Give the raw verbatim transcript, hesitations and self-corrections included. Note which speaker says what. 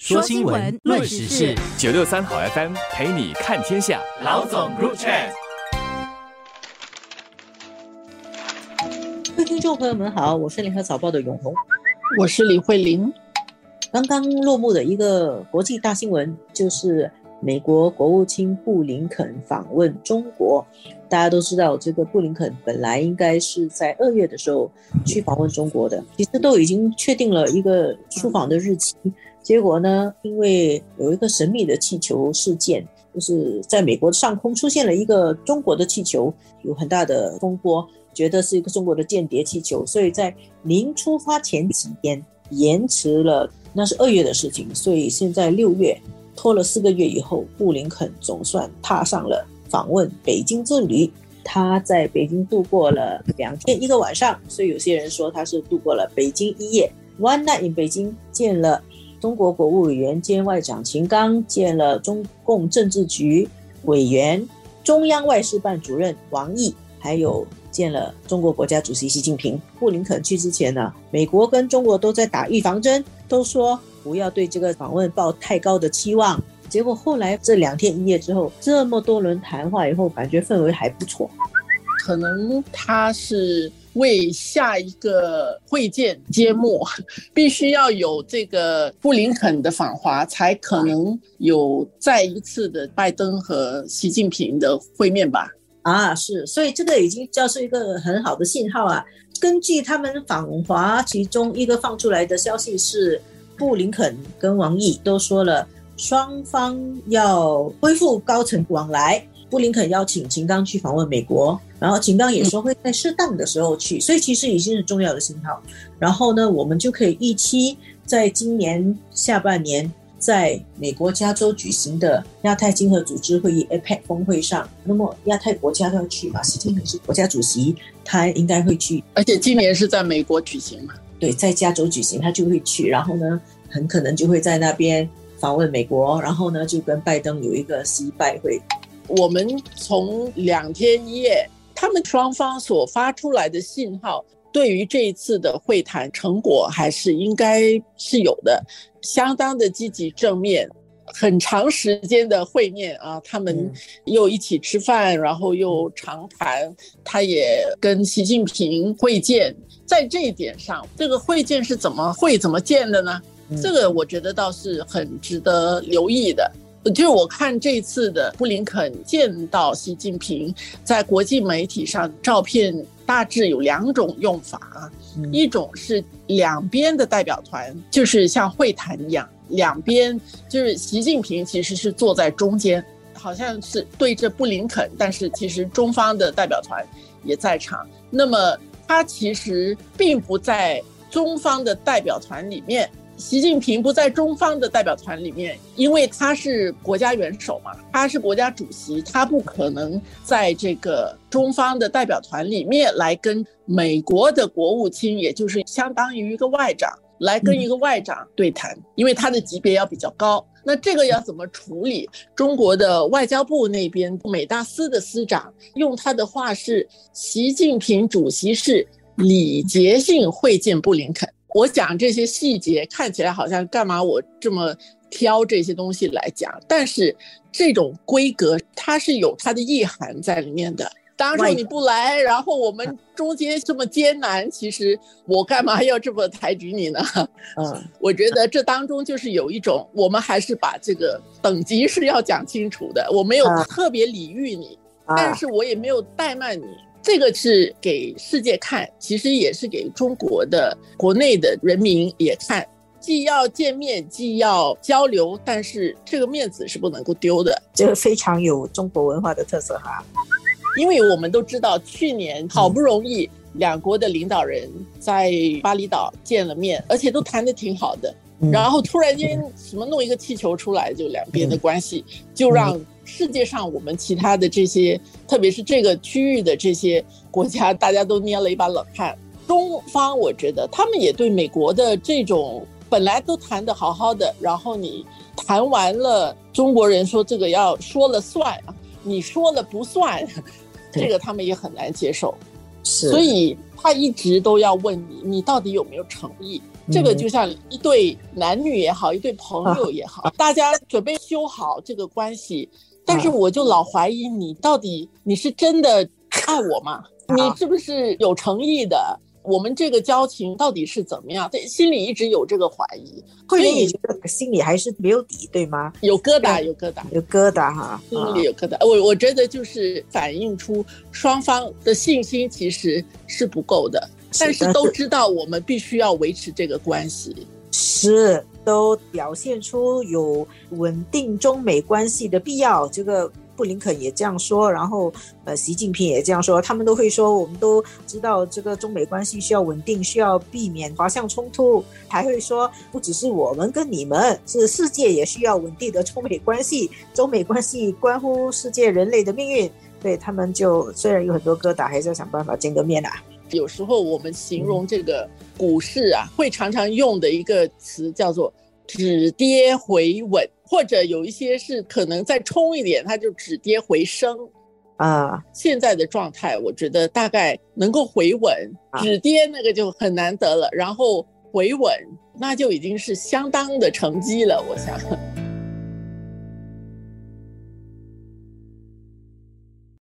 Speaker 1: 说新闻，论时事，
Speaker 2: 九六三好 F M 陪你看天下。
Speaker 1: 老总 Group Chat。
Speaker 3: 各位听众朋友们好，我是联合早报的永红，
Speaker 4: 我是李慧玲。
Speaker 3: 刚刚落幕的一个国际大新闻，就是美国国务卿布林肯访问中国。大家都知道，这个布林肯本来应该是在二月的时候去访问中国的，其实都已经确定了一个出访的日期。结果呢，因为有一个神秘的气球事件，就是在美国上空出现了一个中国的气球，有很大的风波，觉得是一个中国的间谍气球，所以在临出发前几天延迟了，那是二月的事情，所以现在六月拖了四个月以后，布林肯总算踏上了访问北京之旅。他在北京度过了两天一个晚上，所以有些人说他是度过了北京一夜。 One night in 北京，见了中国国务委员兼外长秦刚，见了中共政治局委员、中央外事办主任王毅，还有见了中国国家主席习近平。布林肯去之前呢，美国跟中国都在打预防针，都说不要对这个访问抱太高的期望。结果后来这两天一夜之后，这么多轮谈话以后，感觉氛围还不错。
Speaker 4: 可能他是为下一个会见揭幕，必须要有这个布林肯的访华，才可能有再一次的拜登和习近平的会面吧。
Speaker 3: 啊，是，所以这个已经叫是一个很好的信号啊。根据他们访华，其中一个放出来的消息是，布林肯跟王毅都说了，双方要恢复高层往来。布林肯邀请秦刚去访问美国，然后秦刚也说会在适当的时候去，所以其实已经是重要的信号。然后呢，我们就可以预期在今年下半年在美国加州举行的亚太经合组织会议 A P E C 峰会上，那么亚太国家都要去嘛，习近平是国家主席，他应该会去，
Speaker 4: 而且今年是在美国举行嘛，
Speaker 3: 对，在加州举行，他就会去，然后呢，很可能就会在那边访问美国，然后呢，就跟拜登有一个习拜会。
Speaker 4: 我们从两天一夜他们双方所发出来的信号，对于这一次的会谈成果还是应该是有的，相当的积极正面，很长时间的会面啊，他们又一起吃饭，然后又长谈，他也跟习近平会见。在这一点上，这个会见是怎么会怎么见的呢？这个我觉得倒是很值得留意的。就是我看这次的布林肯见到习近平，在国际媒体上照片大致有两种用法，嗯、一种是两边的代表团，就是像会谈一样，两边就是习近平其实是坐在中间，好像是对着布林肯，但是其实中方的代表团也在场。那么他其实并不在中方的代表团里面，习近平不在中方的代表团里面，因为他是国家元首嘛，他是国家主席，他不可能在这个中方的代表团里面来跟美国的国务卿，也就是相当于一个外长，来跟一个外长对谈，因为他的级别要比较高。那这个要怎么处理？中国的外交部那边美大司的司长用他的话是，习近平主席是礼节性会见布林肯。我讲这些细节看起来好像干嘛我这么挑这些东西来讲，但是这种规格它是有它的意涵在里面的。当初你不来，然后我们中间这么艰难，其实我干嘛要这么抬举你呢？嗯，我觉得这当中就是有一种，我们还是把这个等级是要讲清楚的。我没有特别礼遇你，但是我也没有怠慢你。这个是给世界看，其实也是给中国的国内的人民也看，既要见面既要交流，但是这个面子是不能够丢的。
Speaker 3: 这个非常有中国文化的特色哈。
Speaker 4: 因为我们都知道去年好不容易两国的领导人在巴厘岛见了面，而且都谈得挺好的，然后突然间什么弄一个气球出来，就两边的关系就让世界上我们其他的这些，特别是这个区域的这些国家，大家都捏了一把冷汗。中方我觉得他们也对美国的这种本来都谈得好好的，然后你谈完了，中国人说这个要说了算，你说了不算，这个他们也很难接受。所以他一直都要问你，你到底有没有诚意？ 这个就像一对男女也好，一对朋友也好，大家准备修好这个关系，但是我就老怀疑你到底你是真的爱我吗？你是不是有诚意的？我们这个交情到底是怎么样？心里一直有这个怀疑，
Speaker 3: 会让你觉得心里还是没有底，对吗？
Speaker 4: 有疙瘩，有疙瘩，
Speaker 3: 有疙瘩哈，
Speaker 4: 心里有疙瘩。我我觉得就是反映出双方的信心其实是不够的，但是都知道我们必须要维持这个关系，
Speaker 3: 是都表现出有稳定中美关系的必要。这个布林肯也这样说，然后呃，习近平也这样说，他们都会说，我们都知道这个中美关系需要稳定，需要避免滑向冲突，还会说不只是我们跟你们，是世界也需要稳定的中美关系，中美关系关乎世界人类的命运。对，他们就虽然有很多疙瘩，还是要想办法见个面啊。
Speaker 4: 有时候我们形容这个股市啊，会常常用的一个词叫做止跌回稳，或者有一些是可能再冲一点，它就止跌回升啊。现在的状态我觉得大概能够回稳，止跌那个就很难得了，然后回稳那就已经是相当的成绩了，我想。